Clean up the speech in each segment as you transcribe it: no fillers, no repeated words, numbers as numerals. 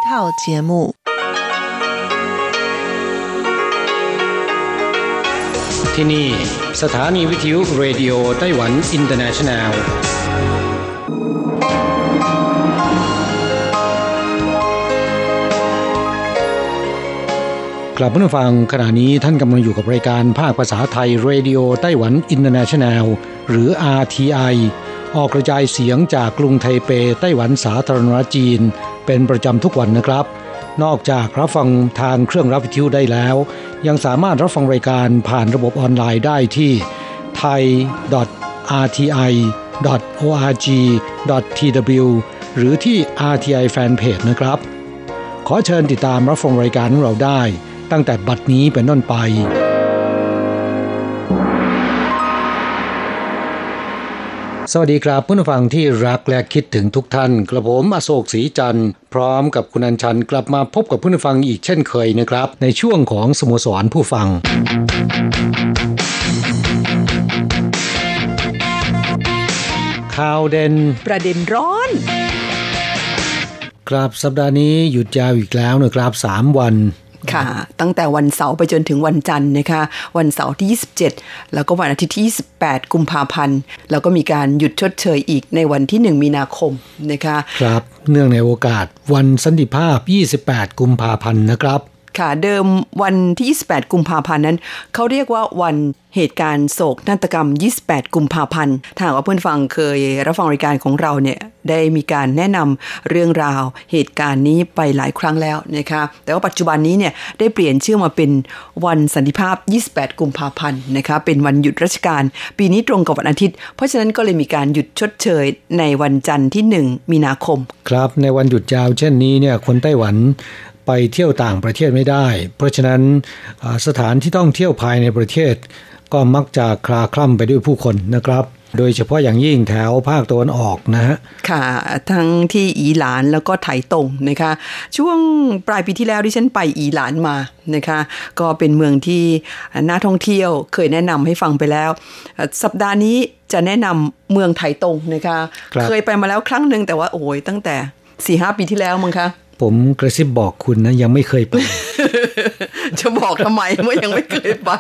套节目。 ที่นี่สถานีวิทยุเรดิโอไต้หวันอินเตอร์เนชั่นแนลกลับมาฟังขณะนี้ท่านกำลังอยู่กับรายการภาคภาษาไทยเรดิโอไต้หวันอินเตอร์เนชั่นแนลหรือ RTI ออกกระจายเสียงจากกรุงไทเปไต้หวันสาธารณรัฐจีนเป็นประจำทุกวันนะครับนอกจากรับฟังทางเครื่องรับวิทยุได้แล้วยังสามารถรับฟังรายการผ่านระบบออนไลน์ได้ที่ thai.rti.org.tw หรือที่ RTI Fanpage นะครับขอเชิญติดตามรับฟังรายการของเราได้ตั้งแต่บัดนี้เป็นต้นไปสวัสดีครับผู้ฟังที่รักและคิดถึงทุกท่านกระผมอโศกศรีจันทร์พร้อมกับคุณอัญชันกลับมาพบกับผู้ฟังอีกเช่นเคยนะครับในช่วงของสโมสรผู้ฟังข่าวเด่นประเด็นร้อนครับสัปดาห์นี้หยุดยาวอีกแล้วนะครับ3วันค่ะตั้งแต่วันเสาร์ไปจนถึงวันจันทร์นะคะวันเสาร์ที่27แล้วก็วันอาทิตย์ที่28กุมภาพันธ์แล้วก็มีการหยุดชดเชยอีกในวันที่1มีนาคมนะคะครับเนื่องในโอกาสวันสันติภาพ28กุมภาพันธ์นะครับค่ะเดิมวันที่28กุมภาพันธ์นั้นเขาเรียกว่าวันเหตุการณ์โศกนาฏกรรม28กุมภาพันธ์ถ้าหากว่าเพื่อนฟังเคยรับฟังรายการของเราเนี่ยได้มีการแนะนำเรื่องราวเหตุการณ์นี้ไปหลายครั้งแล้วนะคะแต่ว่าปัจจุบันนี้เนี่ยได้เปลี่ยนชื่อมาเป็นวันสันติภาพ28กุมภาพันธ์นะคะเป็นวันหยุดราชการปีนี้ตรงกับวันอาทิตย์เพราะฉะนั้นก็เลยมีการหยุดชดเชยในวันจันทร์ที่1มีนาคมครับในวันหยุดยาวเช่นนี้เนี่ยคนไต้หวันไปเที่ยวต่างประเทศไม่ได้เพราะฉะนั้นสถานที่ท่องเที่ยวภายในประเทศก็มักจะคลาคล่ำไปด้วยผู้คนนะครับโดยเฉพาะอย่างยิ่งแถวภาคตะวันออกนะฮะค่ะทั้งที่อีหลานแล้วก็ไถตงนะคะช่วงปลายปีที่แล้วดิฉันไปอีหลานมานะคะก็เป็นเมืองที่น่าท่องเที่ยวเคยแนะนำให้ฟังไปแล้วสัปดาห์นี้จะแนะนำเมืองไถตงนะคะเคยไปมาแล้วครั้งนึงแต่ว่าโอ้ยตั้งแต่ 4-5 ปีที่แล้วมั้งคะผมกระซิบบอกคุณนะยังไม่เคยไปจะบอกทำไมเมื่อยังไม่เคยไป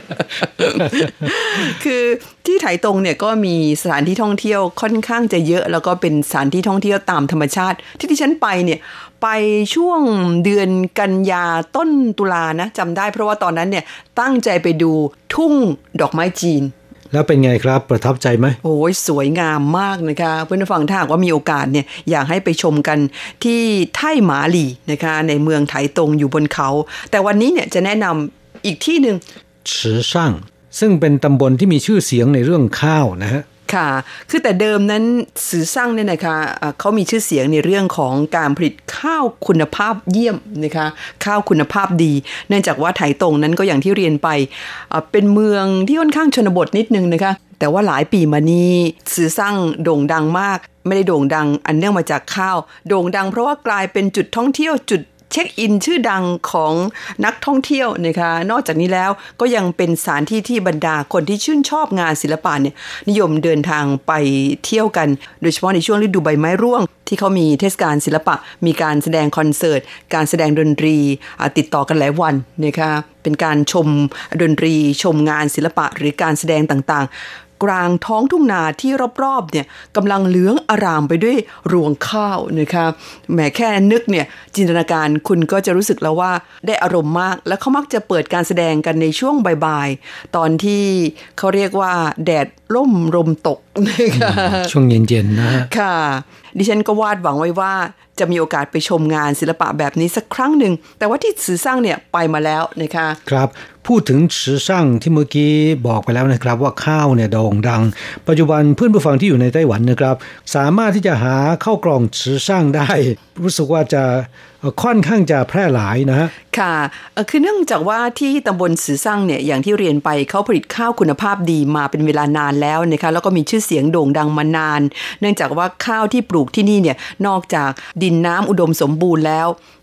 คือที่ไถตงเนี่ยก็มีสถานที่ท่องเที่ยวค่อนข้างจะเยอะแล้วก็เป็นสถานที่ท่องเที่ยวตามธรรมชาติที่ดิฉันไปเนี่ยไปช่วงเดือนกันยาต้นตุลานะจำได้เพราะว่าตอนนั้นเนี่ยตั้งใจไปดูทุ่งดอกไม้จีนแล้วเป็นไงครับประทับใจไหมโอ้ยสวยงามมากนะคะเพื่อนฟังถ้าหากว่ามีโอกาสเนี่ยอยากให้ไปชมกันที่ไท่หมาหลี่นะคะในเมืองไถตงอยู่บนเขาแต่วันนี้เนี่ยจะแนะนำอีกที่หนึ่ง池上ซึ่งเป็นตำบลที่มีชื่อเสียงในเรื่องข้าวนะฮะค่ะคือแต่เดิมนั้นสือซั่งเนี่ยนะคะเขามีชื่อเสียงในเรื่องของการผลิตข้าวคุณภาพเยี่ยมนะคะข้าวคุณภาพดีเนื่องจากว่าไถตงนั้นก็อย่างที่เรียนไปเป็นเมืองที่ค่อนข้างชนบทนิดนึงนะคะแต่ว่าหลายปีมานี้สือซั่งโด่งดังมากไม่ได้โด่งดังอันเนื่องมาจากข้าวโด่งดังเพราะว่ากลายเป็นจุดท่องเที่ยวจุดเช็คอินชื่อดังของนักท่องเที่ยวนะคะนอกจากนี้แล้วก็ยังเป็นสถานที่ที่บรรดาคนที่ชื่นชอบงานศิลปะเนี่ยนิยมเดินทางไปเที่ยวกันโดยเฉพาะในช่วงฤดูใบไม้ร่วงที่เขามีเทศกาลศิลปะมีการแสดงคอนเสิร์ตการแสดงดนตรีติดต่อกันหลายวันนะคะเป็นการชมดนตรีชมงานศิลปะหรือการแสดงต่างๆกลางท้องทุ่งนาที่รอบๆเนี่ยกำลังเหลืองอร่ามไปด้วยรวงข้าวนะคะแหมแค่นึกเนี่ยจินตนาการคุณก็จะรู้สึกแล้วว่าได้อารมณ์มากแล้วเขามักจะเปิดการแสดงกันในช่วงบ่ายๆตอนที่เขาเรียกว่าแดดร่มลมตกนะคะช่วงเย็นๆนะค่ะดิฉันก็วาดหวังไว้ว่าจะมีโอกาสไปชมงานศิลปะแบบนี้สักครั้งหนึ่งแต่ว่าที่สือซั่งเนี่ยไปมาแล้วนะคะครับพูดถึงสือซั่งที่เมื่อกี้บอกไปแล้วนะครับว่าข้าวเนี่ยโด่งดังปัจจุบันเพื่อนผู้ฟังที่อยู่ในไต้หวันนะครับสามารถที่จะหาข้าวกล่องสือซั่งได้รู้สึกว่าจะค่อนข้างจะแพร่หลายนะค่ะคือเนื่องจากว่าที่ตำบลสือซั่งเนี่ยอย่างที่เรียนไปเขาผลิตข้าวคุณภาพดีมาเป็นเวลานานแล้วนะคะแล้วก็มีชื่อเสียงโด่งดังมานานเนื่องจากว่าข้าวที่ปลูกที่นี่เนี่ยนอกจากดินน้ำอุดมสมบูรณ์แล้ว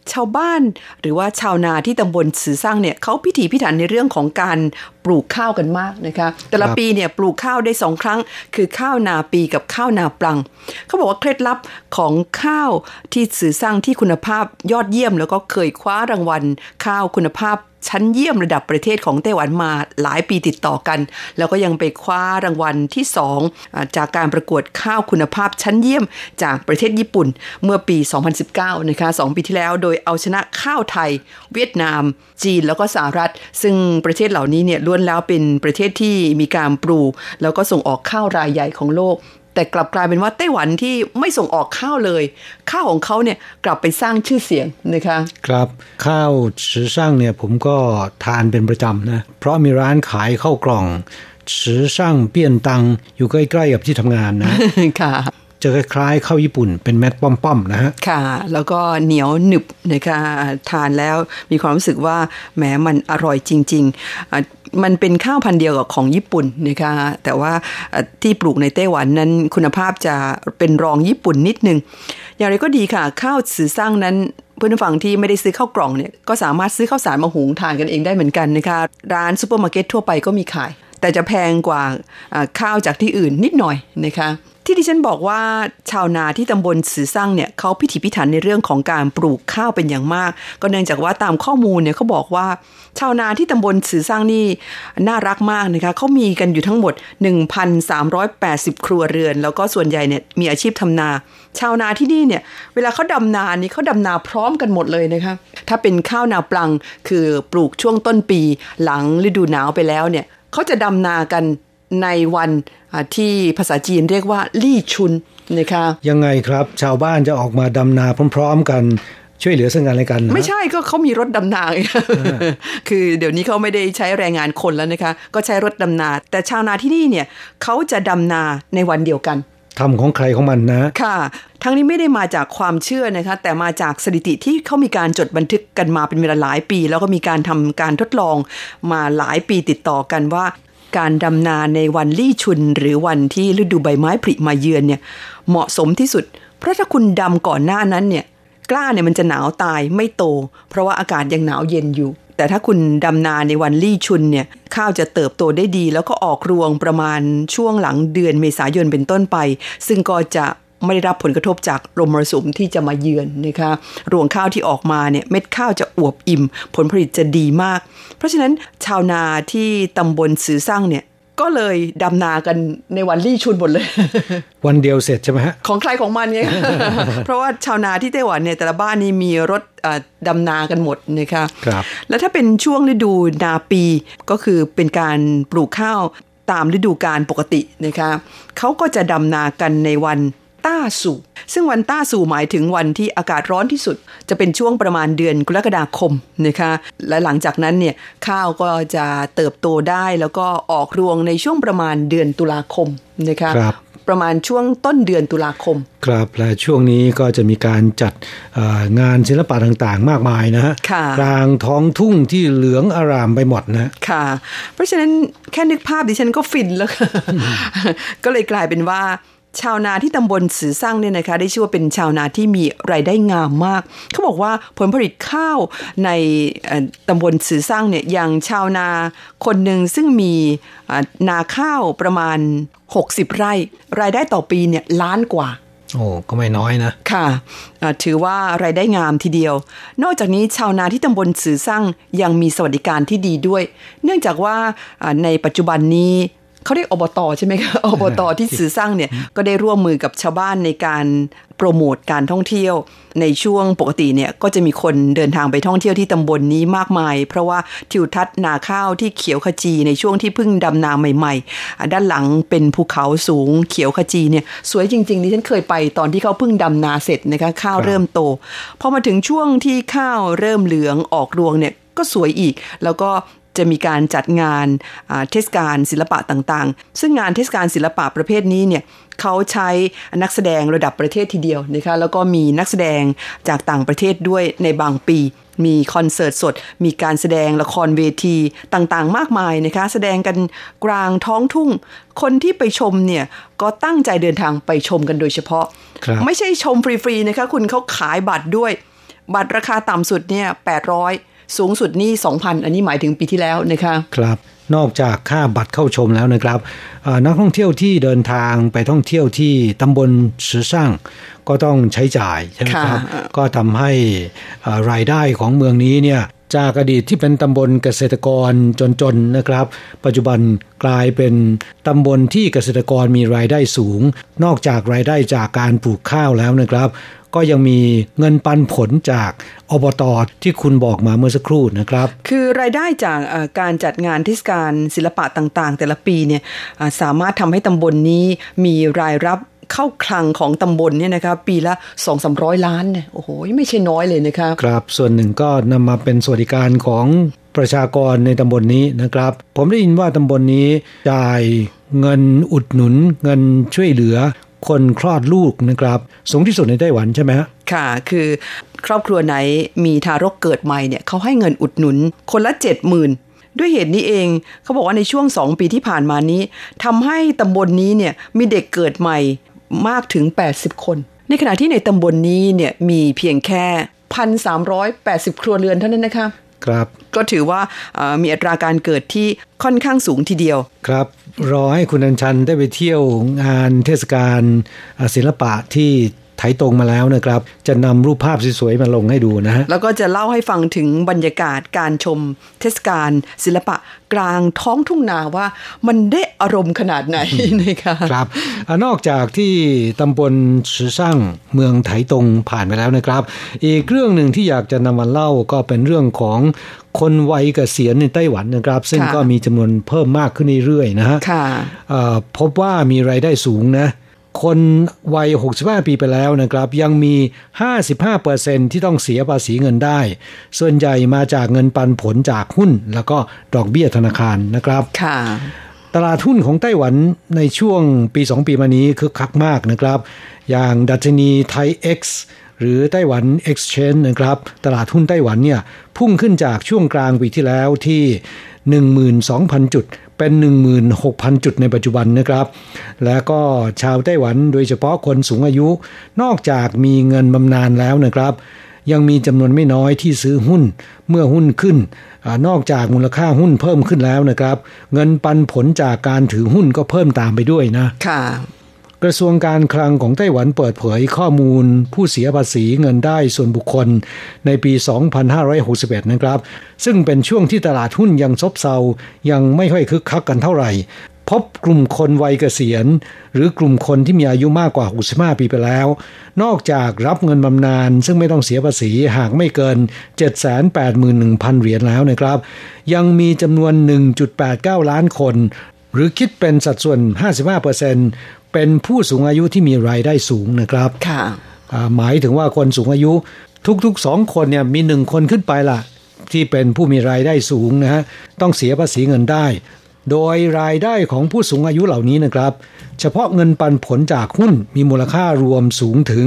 ชาวบ้านหรือว่าชาวนาที่ตำบลซือซั่งเนี่ยเขาพิถีพิถันในเรื่องของการปลูกข้าวกันมากนะคะแต่ละปีเนี่ยปลูกข้าวได้2ครั้งคือข้าวนาปีกับข้าวนาปลังเขาบอกว่าเคล็ดลับของข้าวที่ซือซั่งที่คุณภาพยอดเยี่ยมแล้วก็เคยคว้ารางวัลข้าวคุณภาพชั้นเยี่ยมระดับประเทศของไต้หวันมาหลายปีติดต่อกันแล้วก็ยังไปคว้ารางวัลที่2จากการประกวดข้าวคุณภาพชั้นเยี่ยมจากประเทศญี่ปุ่นเมื่อปี 2019 นะคะ2ปีที่แล้วโดยเอาชนะข้าวไทยเวียดนามจีนแล้วก็สหรัฐซึ่งประเทศเหล่านี้เนี่ยล้วนแล้วเป็นประเทศที่มีการปลูกแล้วก็ส่งออกข้าวรายใหญ่ของโลกแต่กลับกลายเป็นว่าไต้หวันที่ไม่ส่งออกข้าวเลยข้าวของเขาเนี่ยกลับไปสร้างชื่อเสียงนะคะครับข้าวซือซั่งเนี่ยผมก็ทานเป็นประจำนะเพราะมีร้านขายข้าวกล่องซือซั่งเปี้ยนตังอยู่ใกล้ๆกับที่ทำงานนะค่ะจะคล้ายๆข้าวญี่ปุ่นเป็นเม็ดป้อมๆนะฮะค่ะแล้วก็เหนียวหนึบนะคะทานแล้วมีความรู้สึกว่าแหมมันอร่อยจริงๆมันเป็นข้าวพันธุ์เดียวกับของญี่ปุ่นนะคะแต่ว่าที่ปลูกในไต้หวันนั้นคุณภาพจะเป็นรองญี่ปุ่นนิดนึงอย่างไรก็ดีค่ะข้าวซือซั่งนั้นเพื่อนผู้ฟังที่ไม่ได้ซื้อข้าวกล่องเนี่ยก็สามารถซื้อข้าวสารมาหุงทานกันเองได้เหมือนกันนะคะร้านซุปเปอร์มาร์เก็ตทั่วไปก็มีขายแต่จะแพงกว่าข้าวจากที่อื่นนิดหน่อยนะคะที่ดิฉันบอกว่าชาวนาที่ตำบลซือซั่งเนี่ยเขาพิถีพิถันในเรื่องของการปลูกข้าวเป็นอย่างมากก็เนื่องจากว่าตามข้อมูลเนี่ยเขาบอกว่าชาวนาที่ตำบลซือซั่งนี่น่ารักมากนะคะเขามีกันอยู่ทั้งหมด 1,380 ครัวเรือนแล้วก็ส่วนใหญ่เนี่ยมีอาชีพทำนาชาวนาที่นี่เนี่ยเวลาเขาดำนานี่เขาดำนาพร้อมกันหมดเลยนะคะถ้าเป็นข้าวนาปลังคือปลูกช่วงต้นปีหลังฤดูหนาวไปแล้วเนี่ยเขาจะดำนากันในวันที่ภาษาจีนเรียกว่าลี่ชุนนะคะยังไงครับชาวบ้านจะออกมาดำนาพร้อมๆกันช่วยเหลือซึ่งกันและกันนะไม่ใช่ก็เขามีรถดำนา คือเดี๋ยวนี้เขาไม่ได้ใช้แรงงานคนแล้วนะคะก็ใช้รถดำนาแต่ชาวนาที่นี่เนี่ยเขาจะดำนาในวันเดียวกันทำของใครของมันนะค่ะทั้งนี้ไม่ได้มาจากความเชื่อนะคะแต่มาจากสถิติที่เขามีการจดบันทึกกันมาเป็นเวลาหลายปีแล้วก็มีการทำการทดลองมาหลายปีติดต่อกันว่าการดำนาในวันลี่ชุนหรือวันที่ฤดูใบไม้ผลิมาเยือนเนี่ยเหมาะสมที่สุดเพราะถ้าคุณดำก่อนหน้านั้นเนี่ยกล้าเนี่ยมันจะหนาวตายไม่โตเพราะว่าอากาศยังหนาวเย็นอยู่แต่ถ้าคุณดำนาในวันลี่ชุนเนี่ยข้าวจะเติบโตได้ดีแล้วก็ออกรวงประมาณช่วงหลังเดือนเมษายนเป็นต้นไปซึ่งก็จะไม่ได้รับผลกระทบจากลมมรสุมที่จะมาเยือนนะคะรวงข้าวที่ออกมาเนี่ยเม็ดข้าวจะอวบอิ่มผลผลิตจะดีมากเพราะฉะนั้นชาวนาที่ตำบลซือซั่งเนี่ยก็เลยดำนากันในวันลี่ชุนหมดเลยวันเดียวเสร็จใช่ไหมฮะของใครของมันไง เพราะว่าชาวนาที่ไต้หวันเนี่ยแต่ละบ้านนี่มีรถดำนากันหมดนะคะครับแล้วถ้าเป็นช่วงฤดูนาปีก็คือเป็นการปลูกข้าวตามฤดูกาลปกตินะคะเขาก็จะดำนากันในวันต้าสู่ซึ่งวันต้าสู่หมายถึงวันที่อากาศร้อนที่สุดจะเป็นช่วงประมาณเดือนกรกฎาคมนะคะและหลังจากนั้นเนี่ยข้าวก็จะเติบโตได้แล้วก็ออกรวงในช่วงประมาณเดือนตุลาคมนะคะประมาณช่วงต้นเดือนตุลาคมครับและช่วงนี้ก็จะมีการจัดงานศิลปะต่างๆมากมายนะฮะกลางท้องทุ่งที่เหลืองอารามไปหมดนะค่ะเพราะฉะนั้นแค่นึกภาพดิฉันก็ฟินแล้ว ก็เลยกลายเป็นว่าชาวนาที่ตำบลซือซั่งเนี่ยนะคะได้ชื่อว่าเป็นชาวนาที่มีรายได้งามมากเขาบอกว่าผลผลิตข้าวในตำบลซือซั่งเนี่ยอย่างชาวนาคนหนึ่งซึ่งมีนาข้าวประมาณ60ไร่รายได้ต่อปีเนี่ยล้านกว่าโอ้ก็ไม่น้อยนะค่ะถือว่ารายได้งามทีเดียวนอกจากนี้ชาวนาที่ตำบลซือซั่งยังมีสวัสดิการที่ดีด้วยเนื่องจากว่าในปัจจุบันนี้เขาเรียกอบต.ใช่ไหมคะอบต.ที่ซือซั่งเนี่ยก็ได้ร่วมมือกับชาวบ้านในการโปรโมทการท่องเที่ยวในช่วงปกติเนี่ยก็จะมีคนเดินทางไปท่องเที่ยวที่ตำบลนี้มากมายเพราะว่าทิวทัศน์นาข้าวที่เขียวขจีในช่วงที่เพิ่งดำนาใหม่ๆด้านหลังเป็นภูเขาสูงเขียวขจีเนี่ยสวยจริงๆดิฉันเคยไปตอนที่เขาเพิ่งดำนาเสร็จนะคะข้าวเริ่มโตพอมาถึงช่วงที่ข้าวเริ่มเหลืองออกรวงเนี่ยก็สวยอีกแล้วก็จะมีการจัดงานเทศกาลศิลปะต่างๆซึ่งงานเทศกาลศิลปะประเภทนี้เนี่ยเขาใช้นักแสดงระดับประเทศทีเดียวนะคะแล้วก็มีนักแสดงจากต่างประเทศด้วยในบางปีมีคอนเสิร์ตสดมีการแสดงละครเวทีต่างๆมากมายนะคะแสดงกันกลางท้องทุ่งคนที่ไปชมเนี่ยก็ตั้งใจเดินทางไปชมกันโดยเฉพาะไม่ใช่ชมฟรีๆนะคะคุณเขาขายบัตรด้วยบัตรราคาต่ำสุดเนี่ย800สูงสุดนี่ 2,000 อันนี้หมายถึงปีที่แล้วนะคะครับนอกจากค่าบัตรเข้าชมแล้วนะครับนักท่องเที่ยวที่เดินทางไปท่องเที่ยวที่ตำบลซือซ่างก็ต้องใช้จ่ายใช่ไหมครับก็ทำให้รายได้ของเมืองนี้เนี่ยจากอดีตที่เป็นตำบลเกษตรกรจนๆนะครับปัจจุบันกลายเป็นตำบลที่เกษตรกรมีรายได้สูงนอกจากรายได้จากการปลูกข้าวแล้วนะครับก็ยังมีเงินปันผลจากอบต.ที่คุณบอกมาเมื่อสักครู่นะครับคือรายได้จากการจัดงานเทศกาลศิลปะต่างๆแต่ละปีเนี่ยสามารถทำให้ตำบลนี้มีรายรับเข้าคลังของตำบลเนี่ยนะครับปีละ 200-300 ล้านเนี่ยโอ้โหไม่ใช่น้อยเลยนะครับครับส่วนหนึ่งก็นำมาเป็นสวัสดิการของประชากรในตำบลนี้นะครับผมได้ยินว่าตำบลนี้จ่ายเงินอุดหนุนเงินช่วยเหลือคนคลอดลูกนะครับสูงที่สุดในไต้หวันใช่ไหมฮะค่ะคือครอบครัวไหนมีทารกเกิดใหม่เนี่ยเขาให้เงินอุดหนุนคนละ 70,000 ด้วยเหตุนี้เองเขาบอกว่าในช่วง2ปีที่ผ่านมานี้ทำให้ตำบลนี้เนี่ยมีเด็กเกิดใหม่มากถึง80คนในขณะที่ในตำบลนี้เนี่ยมีเพียงแค่ 1,380 ครัวเรือนเท่านั้นนะคะครับก็ถือว่ามีอัตราการเกิดที่ค่อนข้างสูงทีเดียวครับรอให้คุณอัญชันได้ไปเที่ยวงานเทศกาลศิลปะที่ไถตรงมาแล้วนะครับจะนำรูปภาพสวยๆมาลงให้ดูนะฮะแล้วก็จะเล่าให้ฟังถึงบรรยากาศการชมเทศกาลศิลปะกลางท้องทุ่งนาว่ามันได้อารมณ์ขนาดไหนนะคะครับนอกจากที่ตำบลซือซ่างเมืองไถตรงผ่านไปแล้วนะครับอีกเรื่องหนึ่งที่อยากจะนำมาเล่าก็เป็นเรื่องของคนวัยเกษียณในไต้หวันนะครับซึ่งก็มีจำนวนเพิ่มมากขึ้นเรื่อยๆนะฮะพบว่ามีรายได้สูงนะคนวัย65ปีไปแล้วนะครับยังมี 55% ที่ต้องเสียภาษีเงินได้ส่วนใหญ่มาจากเงินปันผลจากหุ้นแล้วก็ดอกเบี้ยธนาคารนะครับตลาดหุ้นของไต้หวันในช่วงปี2ปีมานี้คึกคักมากนะครับอย่างดัชนีไทย X หรือไต้หวัน Exchange นะครับตลาดหุ้นไต้หวันเนี่ยพุ่งขึ้นจากช่วงกลางปีที่แล้วที่ 12,000 จุดเป็น 16,000 จุดในปัจจุบันนะครับและก็ชาวไต้หวันโดยเฉพาะคนสูงอายุนอกจากมีเงินบำนาญแล้วนะครับยังมีจำนวนไม่น้อยที่ซื้อหุ้นเมื่อหุ้นขึ้นนอกจากมูลค่าหุ้นเพิ่มขึ้นแล้วนะครับเงินปันผลจากการถือหุ้นก็เพิ่มตามไปด้วยนะค่ะกระทรวงการคลังของไต้หวันเปิดเผยข้อมูลผู้เสียภาษีเงินได้ส่วนบุคคลในปี 2561 นะครับซึ่งเป็นช่วงที่ตลาดหุ้นยังซบเซายังไม่ค่อยคึกคักกันเท่าไหร่พบกลุ่มคนวัยเกษียณหรือกลุ่มคนที่มีอายุมากกว่า65ปีไปแล้วนอกจากรับเงินบำนาญซึ่งไม่ต้องเสียภาษีหากไม่เกิน 781,000 เหรียญแล้วนะครับยังมีจำนวน 1.89 ล้านคนหรือคิดเป็นสัดส่วน 55%เป็นผู้สูงอายุที่มีรายได้สูงนะครับค่ะหมายถึงว่าคนสูงอายุทุกๆ2คนเนี่ยมี1คนขึ้นไปล่ะที่เป็นผู้มีรายได้สูงนะฮะต้องเสียภาษีเงินได้โดยรายได้ของผู้สูงอายุเหล่านี้นะครับเฉพาะเงินปันผลจากหุ้นมีมูลค่ารวมสูงถึง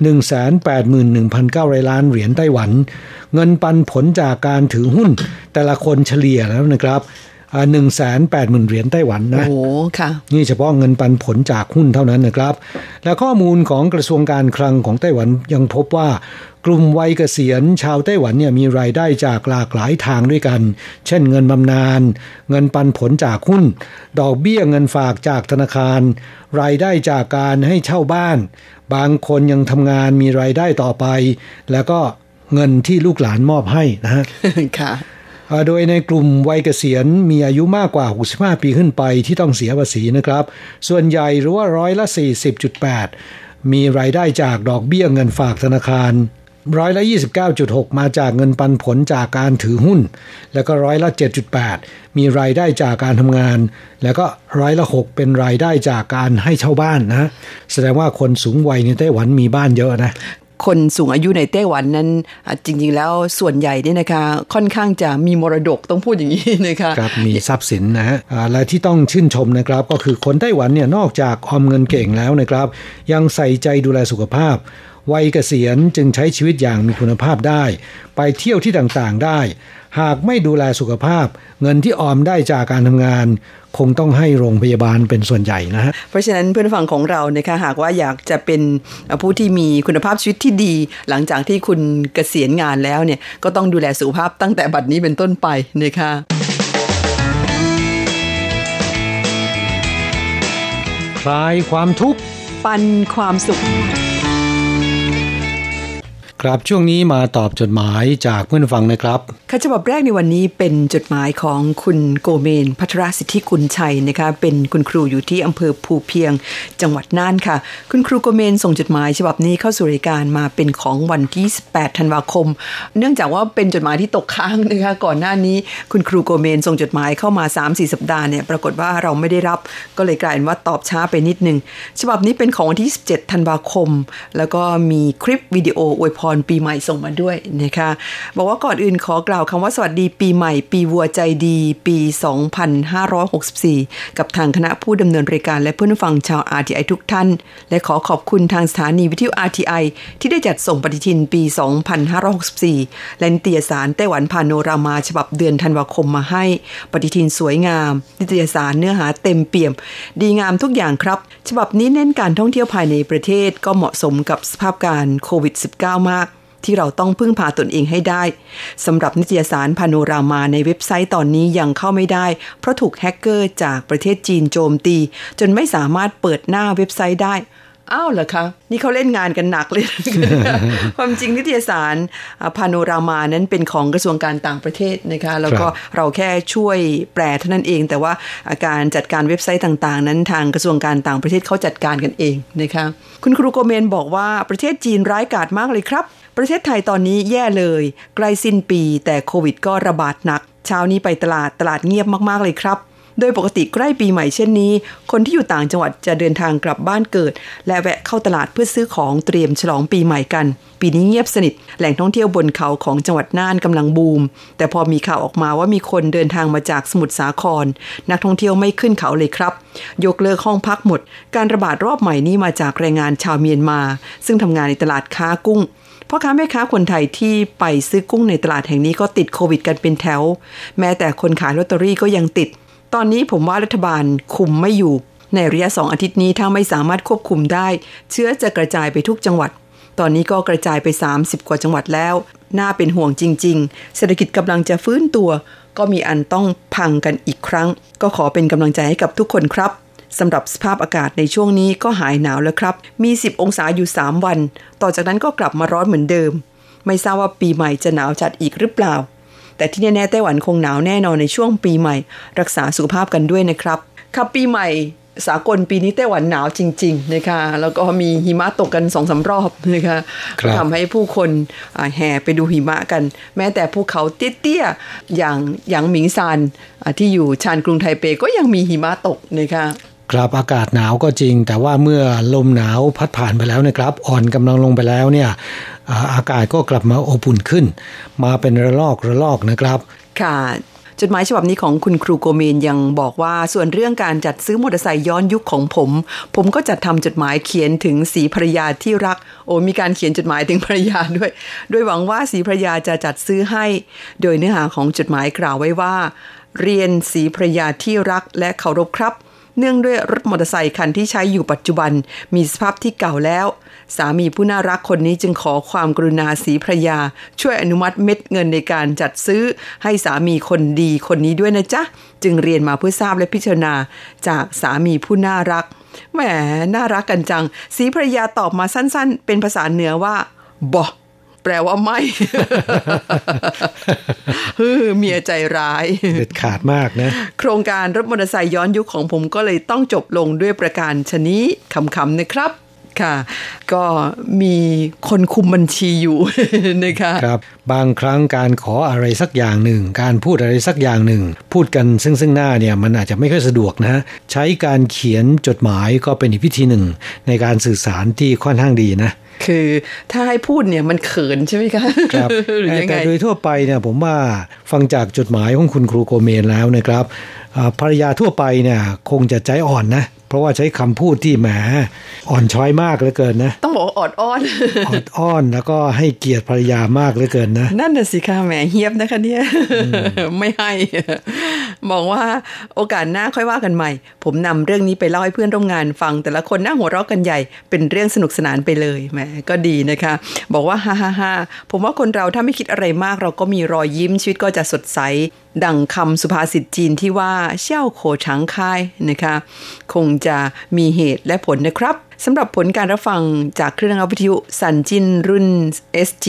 181,900 ล้านเหรียญไต้หวันเงินปันผลจากการถือหุ้นแต่ละคนเฉลี่ยแล้วนะครับ180,000 เหรียญไต้หวันนะโอ้ค่ะนี่เฉพาะเงินปันผลจากหุ้นเท่านั้นนะครับและข้อมูลของกระทรวงการคลังของไต้หวันยังพบว่ากลุ่มวัยเกษียณชาวไต้หวันเนี่ยมีรายได้จากหลากหลายทางด้วยกันเช่นเงินบำนาญเงินปันผลจากหุ้นดอกเบี้ยเงินฝากจากธนาคารรายได้จากการให้เช่าบ้านบางคนยังทำงานมีรายได้ต่อไปแล้วก็เงินที่ลูกหลานมอบให้นะฮะค่ะโดยในกลุ่มวัยเกษียณมีอายุมากกว่า65ปีขึ้นไปที่ต้องเสียภาษีนะครับส่วนใหญ่หรือว่า40.8%มีรายได้จากดอกเบี้ยเงินฝากธนาคาร29.6% มาจากเงินปันผลจากการถือหุ้นแล้วก็7.8% มีรายได้จากการทำงานแล้วก็6%เป็นรายได้จากการให้เช่าบ้านนะแสดงว่าคนสูงวัยในไต้หวันมีบ้านเยอะนะคนสูงอายุในไต้หวันนั้นจริงๆแล้วส่วนใหญ่เนี่ยนะคะค่อนข้างจะมีมรดกต้องพูดอย่างนี้นะคะครับมีทรัพย์สินนะฮะและที่ต้องชื่นชมนะครับก็คือคนไต้หวันเนี่ยนอกจากออมเงินเก่งแล้วนะครับยังใส่ใจดูแลสุขภาพวัยเกษียณจึงใช้ชีวิตอย่างมีคุณภาพได้ไปเที่ยวที่ต่างๆได้หากไม่ดูแลสุขภาพเงินที่ออมได้จากการทำงานคงต้องให้โรงพยาบาลเป็นส่วนใหญ่นะฮะเพราะฉะนั้นเพื่อนฟังของเรานะคะหากว่าอยากจะเป็นผู้ที่มีคุณภาพชีวิตที่ดีหลังจากที่คุณเกษียณงานแล้วเนี่ยก็ต้องดูแลสุขภาพตั้งแต่บัดนี้เป็นต้นไปนะคะคลายความทุกข์ปันความสุขครับช่วงนี้มาตอบจดหมายจากเพื่อนฟังนะครับฉบับแรกในวันนี้เป็นจดหมายของคุณโกเมนภัทรสิทธิกุลชัยนะคะเป็นคุณครูอยู่ที่อำเภอภูเพียงจังหวัดน่านค่ะคุณครูโกเมนส่งจดหมายฉบับนี้เข้าสู่รายการมาเป็นของวันที่18ธันวาคมเนื่องจากว่าเป็นจดหมายที่ตกค้างนะคะก่อนหน้านี้คุณครูโกเมนส่งจดหมายเข้ามา 3-4 สัปดาห์เนี่ยปรากฏว่าเราไม่ได้รับก็เลยกลายเป็นว่าตอบช้าไปนิดนึงฉบับนี้เป็นของวันที่17ธันวาคมแล้วก็มีคลิปวิดีโออวยพรปีใหม่ส่งมาด้วยนะคะบอกว่าก่อนอื่นขอกล่าวคำว่าสวัสดีปีใหม่ปีวัวใจดีปี2564กับทางคณะผู้ดำเนินรายการและเพื่อนฟังชาว RTI ทุกท่านและขอขอบคุณทางสถานีวิทยุ RTI ที่ได้จัดส่งปฏิทินปี2564และนิตยสารไต้หวันพาโนรามาฉบับเดือนธันวาคมมาให้ปฏิทินสวยงามนิตยสารเนื้อหาเต็มเปี่ยมดีงามทุกอย่างครับฉบับนี้เน้นการท่องเที่ยวภายในประเทศก็เหมาะสมกับสภาพการโควิด -19 มากที่เราต้องพึ่งพาตนเองให้ได้สำหรับนิตยสารพาโนรามาในเว็บไซต์ตอนนี้ยังเข้าไม่ได้เพราะถูกแฮกเกอร์จากประเทศจีนโจมตีจนไม่สามารถเปิดหน้าเว็บไซต์ได้อ้าวเหรอคะนี่เขาเล่นงานกันหนักเลย ความจริงนิตยสารพาโนรามานั้นเป็นของกระทรวงการต่างประเทศนะคะแล้วก็เราแค่ช่วยแปลเท่านั้นเองแต่ว่าการจัดการเว็บไซต์ต่างๆนั้นทางกระทรวงการต่างประเทศเขาจัดการกันเองนะคะคุณครูโกเมนบอกว่าประเทศจีนร้ายกาจมากเลยครับประเทศไทยตอนนี้แย่เลยใกล้สิ้นปีแต่โควิดก็ระบาดหนักเช้านี้ไปตลาดเงียบมากๆเลยครับโดยปกติใกล้ปีใหม่เช่นนี้คนที่อยู่ต่างจังหวัดจะเดินทางกลับบ้านเกิดและแวะเข้าตลาดเพื่อซื้อของเตรียมฉลองปีใหม่กันปีนี้เงียบสนิทแหล่งท่องเที่ยวบนเขาของจังหวัดน่านกำลังบูมแต่พอมีข่าวออกมาว่ามีคนเดินทางมาจากสมุทรสาครนักท่องเที่ยวไม่ขึ้นเขาเลยครับยกเลิกห้องพักหมดการระบาดรอบใหม่นี้มาจากแรงงานชาวเมียนมาซึ่งทำงานในตลาดค้ากุ้งพ่อค้าแม่ค้าคนไทยที่ไปซื้อกุ้งในตลาดแห่งนี้ก็ติดโควิดกันเป็นแถวแม้แต่คนขายลอตเตอรี่ก็ยังติดตอนนี้ผมว่ารัฐบาลคุมไม่อยู่ในระยะ2 อาทิตย์นี้ถ้าไม่สามารถควบคุมได้เชื้อจะกระจายไปทุกจังหวัดตอนนี้ก็กระจายไป30กว่าจังหวัดแล้วน่าเป็นห่วงจริงๆเศรษฐกิจกำลังจะฟื้นตัวก็มีอันต้องพังกันอีกครั้งก็ขอเป็นกำลังใจให้กับทุกคนครับสำหรับสภาพอากาศในช่วงนี้ก็หายหนาวแล้วครับมี10องศาอยู่3วันต่อจากนั้นก็กลับมาร้อนเหมือนเดิมไม่ทราบว่าปีใหม่จะหนาวจัดอีกหรือเปล่าแต่ที่แน่ๆไต้หวันคงหนาวแน่นอนในช่วงปีใหม่รักษาสุขภาพกันด้วยนะครับครับปีใหม่สากลปีนี้ไต้หวันหนาวจริงๆนะคะแล้วก็มีหิมะตกกัน 2-3 รอบนะคะทำให้ผู้คนแห่ไปดูหิมะกันแม้แต่ภูเขาเตี้ยๆอย่างหมิงซานที่อยู่ชานกรุงไทเปก็ยังมีหิมะตกนะคะครับอากาศหนาวก็จริงแต่ว่าเมื่อลมหนาวพัดผ่านไปแล้วนะครับอ่อนกำลังลงไปแล้วเนี่ยอากาศก็กลับมาอบอุ่นขึ้นมาเป็นระลอกนะครับค่ะจดหมายฉบับนี้ของคุณครูโกเมนยังบอกว่าส่วนเรื่องการจัดซื้อมอเตอร์ไซค์ย้อนยุคของผมก็จัดทำจดหมายเขียนถึงศรีภรรยาที่รักมีการเขียนจดหมายถึงภรรยาด้วยโดยหวังว่าศรีภรรยาจะจัดซื้อให้โดยเนื้อหาของจดหมายกล่าวไว้ว่าเรียนศรีภรรยาที่รักและเคารพครับเนื่องด้วยรถมอเตอร์ไซค์คันที่ใช้อยู่ปัจจุบันมีสภาพที่เก่าแล้วสามีผู้น่ารักคนนี้จึงขอความกรุณาศรีภรรยาช่วยอนุมัติเม็ดเงินในการจัดซื้อให้สามีคนดีคนนี้ด้วยนะจ๊ะจึงเรียนมาเพื่อทราบและพิจารณาจากสามีผู้น่ารักแหมน่ารักกันจังศรีภรรยาตอบมาสั้นๆเป็นภาษาเหนือว่าบ่แปลว่าไม่ เมียใจร้ายเด็ดขาดมากนะโครงการรถมอเตอร์ไซค์ย้อนยุคของผมก็เลยต้องจบลงด้วยประการชนี้คำๆนะครับค่ะก็มีคนคุมบัญชีอยู่ นะคะครับบางครั้งการขออะไรสักอย่างหนึ่งการพูดอะไรสักอย่างหนึ่งพูดกันซึ่งหน้าเนี่ยมันอาจจะไม่ค่อยสะดวกนะใช้การเขียนจดหมายก็เป็นอีกวิธีหนึ่งในการสื่อสารที่ค่อนข้างดีนะคือถ้าให้พูดเนี่ยมันเขินใช่ไหมคะครับ แต่โดยทั่วไปเนี่ยผมว่าฟังจากจดหมายของคุณครูโกเมนแล้วนะครับภรรยาทั่วไปเนี่ยคงจะใจอ่อนนะเพราะว่าใช้คำพูดที่แหมอ่อนช้อยมากเหลือเกินนะต้องบอกออดอ้อนออดอ้อนแล้วก็ให้เกียรติภรรยามากเหลือเกินนะนั่นน่ะสิค่ะแหมเฮียบนะคะเนี่ย ไม่ให้บอกว่าโอกาสหน้าค่อยว่ากันใหม่ผมนำเรื่องนี้ไปเล่าให้เพื่อนร่วมงานฟังแต่ละคนน่าหัวเราะกันใหญ่เป็นเรื่องสนุกสนานไปเลยแหมก็ดีนะคะบอกว่าฮ่าๆผมว่าคนเราถ้าไม่คิดอะไรมากเราก็มีรอยยิ้มชีวิตก็จะสดใสดังคำสุภาษิตจีนที่ว่าเซี่ยวโขฉางคายนะคะคงจะมีเหตุและผลนะครับสำหรับผลการรับฟังจากเครื่องรับวิทยุซันจินรุ่น SG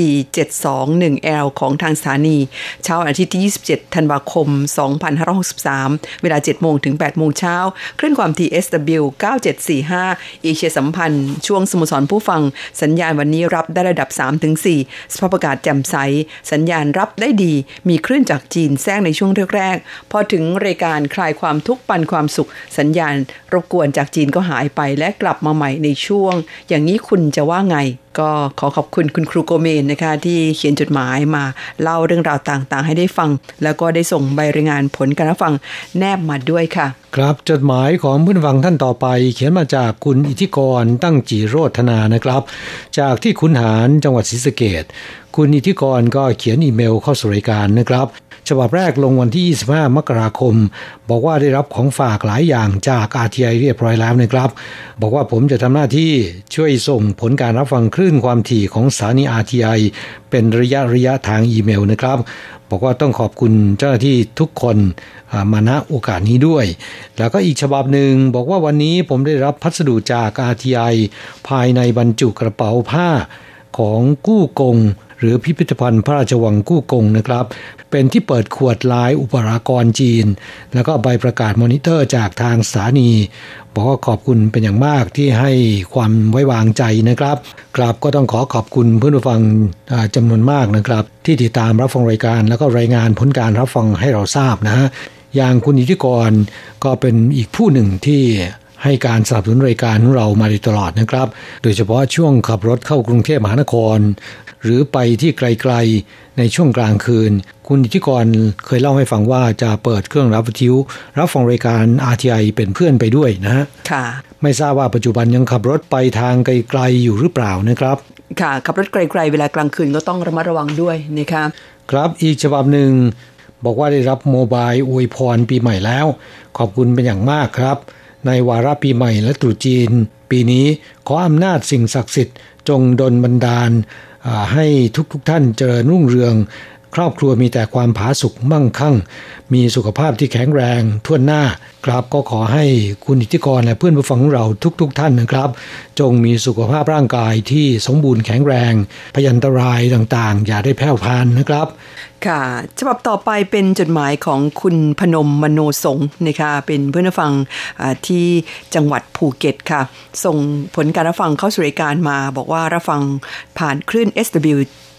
721L ของทางสถานีเช้าอาทิตย์ที่27ธันวาคม2563เวลา 7 โมงถึง 8 โมงเช้าคลื่นความถี่ SW 9745เอเชียสัมพันธ์ช่วงสโมสรผู้ฟังสัญญาณวันนี้รับได้ระดับ 3-4 สภาพอากาศแจ่มใสสัญญาณรับได้ดีมีคลื่นจากจีนแทรกในช่วงแรกๆพอถึงรายการคลายความทุกข์ปันความสุขสัญญาณรบกวนจากจีนก็หายไปและกลับมาใหม่ในช่วงอย่างนี้คุณจะว่าไงก็ขอขอบคุณคุณครูโกเมนนะคะที่เขียนจดหมายมาเล่าเรื่องราวต่างๆให้ได้ฟังแล้วก็ได้ส่งใบรายงานผลการรับฟังแนบมาด้วยค่ะครับจดหมายของผู้ฟังท่านต่อไปเขียนมาจากคุณอิทธิกรตั้งจิโรธนานะครับจากที่ขุนหารจังหวัดศรีสะเกษคุณอิทธิกรก็เขียนอีเมลเข้าสู่รายการนะครับฉบับแรกลงวันที่25มกราคมบอกว่าได้รับของฝากหลายอย่างจาก RTI เรียบร้อยแล้วนะครับบอกว่าผมจะทำหน้าที่ช่วยส่งผลการรับฟังคลื่นความถี่ของสถานี RTI เป็นระยะทางอีเมลนะครับบอกว่าต้องขอบคุณเจ้าหน้าที่ทุกคนมาณโอกาสนี้ด้วยแล้วก็อีกฉบับหนึ่งบอกว่าวันนี้ผมได้รับพัสดุจาก RTI ภายในบรรจุกระเป๋าผ้าของกู้กงหรือพิพิธภัณฑ์พระราชวังกู้กงนะครับเป็นที่เปิดขวดลายอุปรากรจีนแล้วก็ใบประกาศมอนิเตอร์จากทางสถานีบอกว่าขอบคุณเป็นอย่างมากที่ให้ความไว้วางใจนะครับครับก็ต้องขอบคุณเพื่อนผู้ฟังจำนวนมากนะครับที่ติดตามรับฟังรายการแล้วก็รายงานผลการรับฟังให้เราทราบนะฮะอย่างคุณอิทธิกรก็เป็นอีกผู้หนึ่งที่ให้การสนับสนุนรายการของเรามาโดยตลอดนะครับโดยเฉพาะช่วงขับรถเข้ากรุงเทพมหานครหรือไปที่ไกลๆในช่วงกลางคืนคุณอิทธิกรเคยเล่าให้ฟังว่าจะเปิดเครื่องรับวิทยุรับฟังรายการ RTI เป็นเพื่อนไปด้วยนะฮะค่ะไม่ทราบว่าปัจจุบันยังขับรถไปทางไกลๆอยู่หรือเปล่านะครับค่ะขับรถไกลๆเวลากลางคืนก็ต้องระมัดระวังด้วยนะคะครับอีกฉบับหนึ่งบอกว่าได้รับโมบายอวยพรปีใหม่แล้วขอบคุณเป็นอย่างมากครับในวาระปีใหม่และตรุษจีนปีนี้ขออำนาจสิ่งศักดิ์สิทธิ์จงดลบันดาลให้ทุกท่านเจริญรุ่งเรืองครอบครัวมีแต่ความผาสุกมั่งคั่งมีสุขภาพที่แข็งแรงทั่วหน้าครับก็ขอให้คุณอิทธิกรและเพื่อนผู้ฟังของเราทุกท่านนะครับจงมีสุขภาพร่างกายที่สมบูรณ์แข็งแรงพยันตรายต่างๆอย่าได้แพร่พานนะครับค่ะฉบับต่อไปเป็นจดหมายของคุณพนมมโนสงฆ์นะคะเป็นเพื่อนผู้ฟังที่จังหวัดภูเก็ตค่ะส่งผลการรับฟังเข้าสู่รายการมาบอกว่ารับฟังผ่านคลื่น SW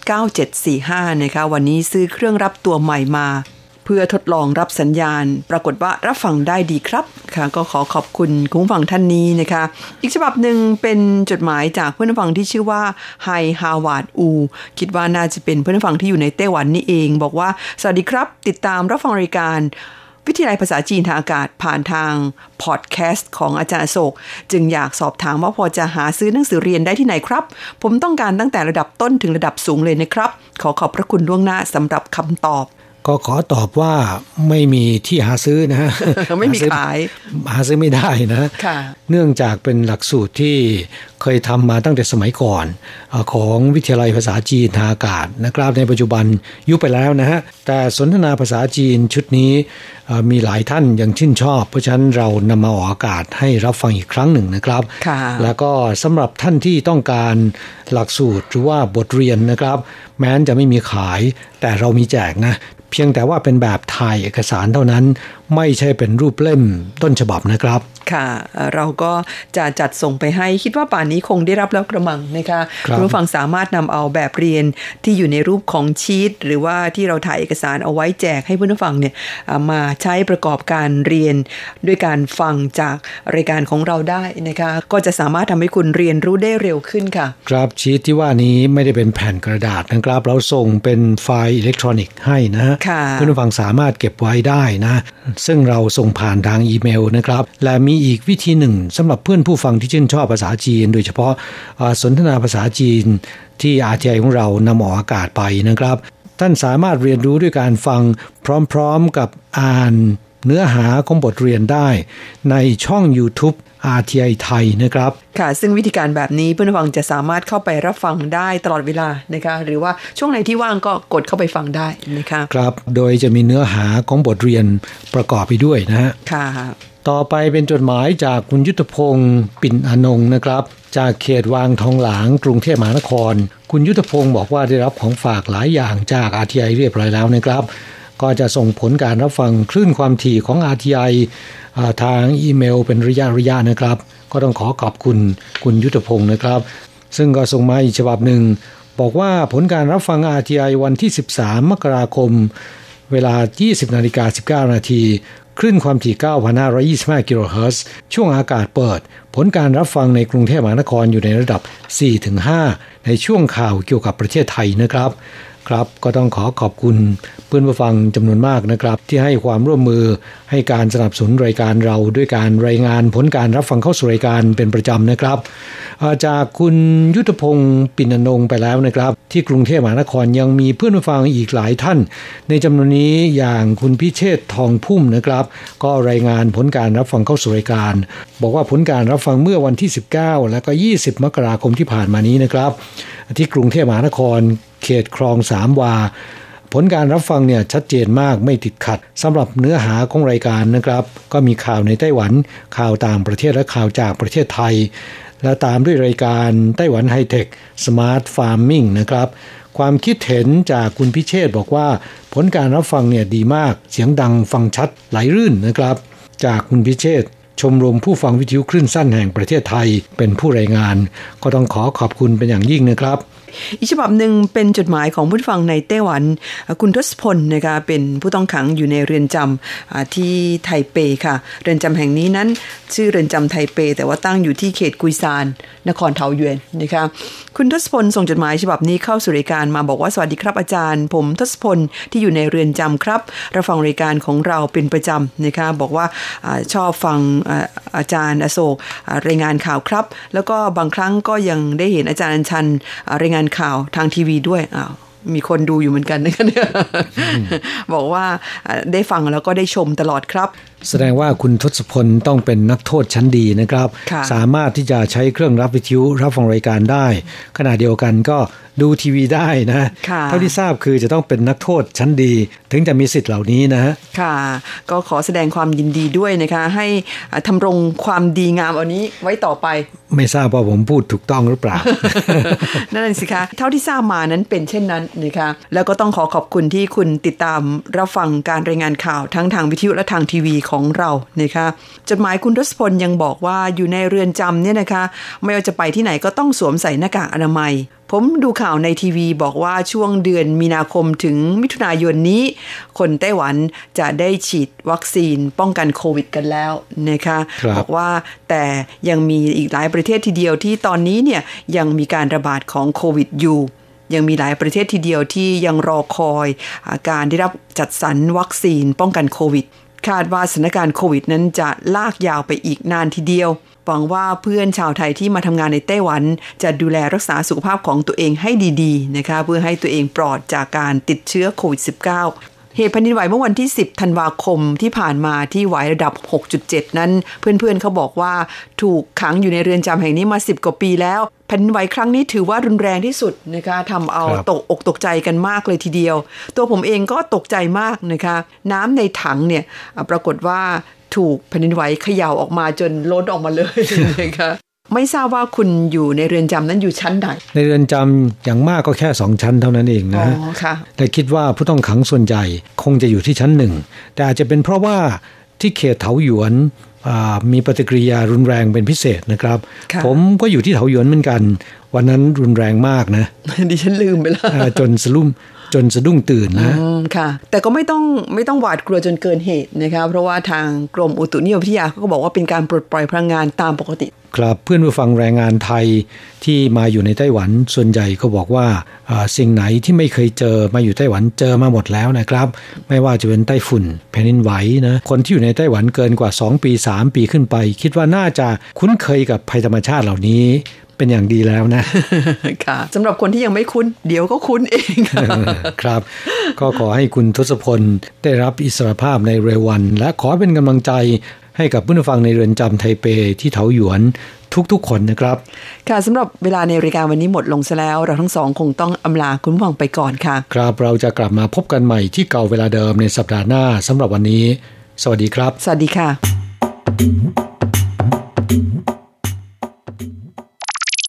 9745นะคะวันนี้ซื้อเครื่องรับตัวใหม่มาเพื่อทดลองรับสัญญาณปรากฏว่ารับฟังได้ดีครับค่ะก็ขอขอบคุณคุณผู้ฟังท่านนี้นะคะอีกฉบับหนึ่งเป็นจดหมายจากเพื่อนผู้ฟังที่ชื่อว่าไฮฮาวาร์ดอูคิดว่าน่าจะเป็นเพื่อนผู้ฟังที่อยู่ในไต้หวันนี่เองบอกว่าสวัสดีครับติดตามรับฟังรายการวิทยาลัยภาษาจีนทางอากาศผ่านทางพอดแคสต์ของอาจารย์อโศกจึงอยากสอบถามว่าพอจะหาซื้อหนังสือเรียนได้ที่ไหนครับผมต้องการตั้งแต่ระดับต้นถึงระดับสูงเลยนะครับขอขอบพระคุณล่วงหน้าสำหรับคำตอบก็ขอตอบว่าไม่มีที่หาซื้อนะฮะไม่มีขายหาซื้อไม่ได้นะเนื่องจากเป็นหลักสูตรที่เคยทำมาตั้งแต่สมัยก่อนของวิทยาลัยภาษาจีนทางอากาศนะครับในปัจจุบันยุบไปแล้วนะฮะแต่สนทนาภาษาจีนชุดนี้มีหลายท่านยังชื่นชอบเพราะฉะนั้นเรานำมาออกอากาศให้รับฟังอีกครั้งหนึ่งนะครับแล้วก็สำหรับท่านที่ต้องการหลักสูตรหรือว่าบทเรียนนะครับแม้จะไม่มีขายแต่เรามีแจกนะเพียงแต่ว่าเป็นแบบถ่ายเอกสารเท่านั้นไม่ใช่เป็นรูปเล่มต้นฉบับนะครับค่ะเราก็จะจัดส่งไปให้คิดว่าป่านนี้คงได้รับแล้วกระมังนะคะคุณผู้ฟังสามารถนำเอาแบบเรียนที่อยู่ในรูปของชีทหรือว่าที่เราถ่ายเอกสารเอาไว้แจกให้ผู้ฟังเนี่ยมาใช้ประกอบการเรียนด้วยการฟังจากรายการของเราได้นะคะก็จะสามารถทำให้คุณเรียนรู้ได้เร็วขึ้นค่ะครับชีทที่ว่านี้ไม่ได้เป็นแผ่นกระดาษนะครับเราส่งเป็นไฟล์อิเล็กทรอนิกส์ให้นะผู้ฟังสามารถเก็บไว้ได้นะซึ่งเราส่งผ่านทางอีเมลนะครับและมีอีกวิธีหนึ่งสำหรับเพื่อนผู้ฟังที่ชื่นชอบภาษาจีนโดยเฉพาะสนทนาภาษาจีนที่ RTI ของเรานำออกอากาศไปนะครับท่านสามารถเรียนรู้ด้วยการฟังพร้อมๆกับอ่านเนื้อหาของบทเรียนได้ในช่อง YouTube RTI ไทยนะครับค่ะซึ่งวิธีการแบบนี้เพื่อนผู้ฟังจะสามารถเข้าไปรับฟังได้ตลอดเวลานะคะหรือว่าช่วงไหนที่ว่างก็กดเข้าไปฟังได้นะคะครับโดยจะมีเนื้อหาของบทเรียนประกอบไปด้วยนะฮะค่ะต่อไปเป็นจดหมายจากคุณยุทธพงศ์ปิ่นอนงค์นะครับจากเขตวางทองหลางกรุงเทพมหานครคุณยุทธพงศ์บอกว่าได้รับของฝากหลายอย่างจาก RTI เรียบร้อยแล้วนะครับก็จะส่งผลการรับฟังคลื่นความถี่ของ RTI ทางอีเมลเป็นระยะนะครับก็ต้องขอบคุณคุณยุทธพงศ์นะครับซึ่งก็ส่งมาอีกฉบับหนึ่งบอกว่าผลการรับฟัง RTI วันที่13มกราคมเวลา 20:19 น.คลื่นความถี่ 9,525 กิโลเฮิรตซ์ช่วงอากาศเปิดผลการรับฟังในกรุงเทพมหานครอยู่ในระดับ 4-5 ในช่วงข่าวเกี่ยวกับประเทศไทยนะครับครับก็ต้องขอบคุณเพื่อนผู้ฟังจำนวนมากนะครับที่ให้ความร่วมมือให้การสนับสนุนรายการเราด้วยการรายงานผลการรับฟังเข้าสู่รายการเป็นประจำนะครับจากคุณยุทธพงศ์ปิ่นอนงค์ไปแล้วนะครับที่กรุงเทพมหานครยังมีเพื่อนผู้ฟังอีกหลายท่านในจำนวนนี้อย่างคุณพิเชษฐ์ทองพุ่มนะครับก็รายงานผลการรับฟังเข้าสู่รายการบอกว่าผลการรับฟังเมื่อวันที่19และก็20มกราคมที่ผ่านมานี้นะครับที่กรุงเทพมหานครเขตคลองสามวาผลการรับฟังเนี่ยชัดเจนมากไม่ติดขัดสำหรับเนื้อหาของรายการนะครับก็มีข่าวในไต้หวันข่าวต่างประเทศและข่าวจากประเทศไทยและตามด้วยรายการไต้หวันไฮเทคสมาร์ทฟาร์มมิ่งนะครับความคิดเห็นจากคุณพิเชษฐ์บอกว่าผลการรับฟังเนี่ยดีมากเสียงดังฟังชัดไหลรื่นนะครับจากคุณพิเชษฐ์ชมรมผู้ฟังวิทยุคลื่นสั้นแห่งประเทศไทยเป็นผู้รายงานก็ต้องขอบคุณเป็นอย่างยิ่งนะครับอีกฉบับหนึ่งเป็นจดหมายของผู้ฟังในไต้หวันคุณทศพลนะคะเป็นผู้ต้องขังอยู่ในเรือนจำที่ไทเปค่ะเรือนจำแห่งนี้นั้นชื่อเรือนจำไทเปแต่ว่าตั้งอยู่ที่เขตกุยซานนครเทาหยวนนะคะคุณทศพลส่งจดหมายฉบับนี้เข้าสู่รายการมาบอกว่าสวัสดีครับอาจารย์ผมทศพลที่อยู่ในเรือนจำครับรับฟังรายการของเราเป็นประจำนะคะบอกว่าชอบฟังอาจารย์อโศกรายงานข่าวครับแล้วก็บางครั้งก็ยังได้เห็นอาจารย์อัญชันรายงานข่าวทางทีวีด้วยมีคนดูอยู่เหมือนกันนะคะเนี่ยบอกว่าได้ฟังแล้วก็ได้ชมตลอดครับแสดงว่าคุณทศพลต้องเป็นนักโทษชั้นดีนะครับสามารถที่จะใช้เครื่องรับวิทยุรับฟังรายการได้ขณะเดียวกันก็ดูทีวีได้นะเท่าที่ทราบคือจะต้องเป็นนักโทษชั้นดีถึงจะมีสิทธิ์เหล่านี้นะค่ะก็ขอแสดงความยินดีด้วยนะคะให้ทำรงความดีงามอันนี้ไว้ต่อไปไม่ทราบว่าผมพูดถูกต้องหรือเปล่านั่นสิคะเท่าที่ทราบมานั้นเป็นเช่นนั้นนะคะแล้วก็ต้องขอบคุณที่คุณติดตามรับฟังการรายงานข่าวทั้งทางวิทยุและทางทีวีของเรานะคะจดหมายคุณทศพลยังบอกว่าอยู่ในเรือนจำเนี่ยนะคะไม่ว่าจะไปที่ไหนก็ต้องสวมใส่หน้ากากอนามัยผมดูข่าวในทีวีบอกว่าช่วงเดือนมีนาคมถึงมิถุนายนนี้คนไต้หวันจะได้ฉีดวัคซีนป้องกันโควิดกันแล้วนะคะบอกว่าแต่ยังมีอีกหลายประเทศทีเดียวที่ตอนนี้เนี่ยยังมีการระบาดของโควิดอยู่ยังมีหลายประเทศทีเดียวที่ยังรอคอยการได้รับจัดสรรวัคซีนป้องกันโควิดคาดว่าสถานการณ์โควิดนั้นจะลากยาวไปอีกนานทีเดียวหวังว่าเพื่อนชาวไทยที่มาทำงานในไต้หวันจะดูแลรักษาสุขภาพของตัวเองให้ดีๆนะคะเพื่อให้ตัวเองปลอดจากการติดเชื้อโควิด -19 เหตุแผ่นดินไหวเมื่อวันที่10ธันวาคมที่ผ่านมาที่ไหวระดับ 6.7 นั้นเพื่อนๆเขาบอกว่าถูกขังอยู่ในเรือนจำแห่งนี้มา10กว่าปีแล้วแผ่นดินไหวครั้งนี้ถือว่ารุนแรงที่สุดนะคะทำเอาตกอกตกใจกันมากเลยทีเดียวตัวผมเองก็ตกใจมากนะคะน้ำในถังเนี่ยปรากฏว่าถูกแผ่นดินไหวเขย่าออกมาจนล้นออกมาเลยนะคะไม่ทราบว่าคุณอยู่ในเรือนจำนั้นอยู่ชั้นไหนในเรือนจำอย่างมากก็แค่2ชั้นเท่านั้นเองนะแต่คิดว่าผู้ต้องขังส่วนใหญ่คงจะอยู่ที่ชั้น1แต่อาจจะเป็นเพราะว่าที่เขตเถาหยวนมีปฏิกิริยารุนแรงเป็นพิเศษนะครับผมก็อยู่ที่เถาหยวนเหมือนกันวันนั้นรุนแรงมากนะดิฉันลืมไปแล้วจนสะดุ้งตื่นนะค่ะแต่ก็ไม่ต้องหวาดกลัวจนเกินเหตุนะคะเพราะว่าทางกรมอุตุนิยมวิทยาเขาก็บอกว่าเป็นการปลดปล่อยพลังงานตามปกติครับเพื่อนผู้ฟังแรงงานไทยที่มาอยู่ในไต้หวันส่วนใหญ่ก็บอกว่าสิ่งไหนที่ไม่เคยเจอมาอยู่ไต้หวันเจอมาหมดแล้วนะครับไม่ว่าจะเป็นไต้ฝุ่นแผ่นดินไหวนะคนที่อยู่ในไต้หวันเกินกว่า2 ปี 3 ปีขึ้นไปคิดว่าน่าจะคุ้นเคยกับภัยธรรมชาติเหล่านี้เป็นอย่างดีแล้วนะค่ะสำหรับคนที่ยังไม่คุ้นเดี๋ยวก็คุ้นเองครับก็ขอให้คุณทศพลได้รับอิสรภาพในเร็ววันและขอเป็นกำลังใจให้กับผู้ฟังในเรือนจำไทเปที่เถาหยวนทุกๆคนนะครับค่ะสำหรับเวลาในรายการวันนี้หมดลงซะแล้วเราทั้งสองคงต้องอำลาคุณผู้ฟังไปก่อนค่ะครับเราจะกลับมาพบกันใหม่ที่เก่าเวลาเดิมในสัปดาห์หน้าสำหรับวันนี้สวัสดีครับสวัสดีค่ะ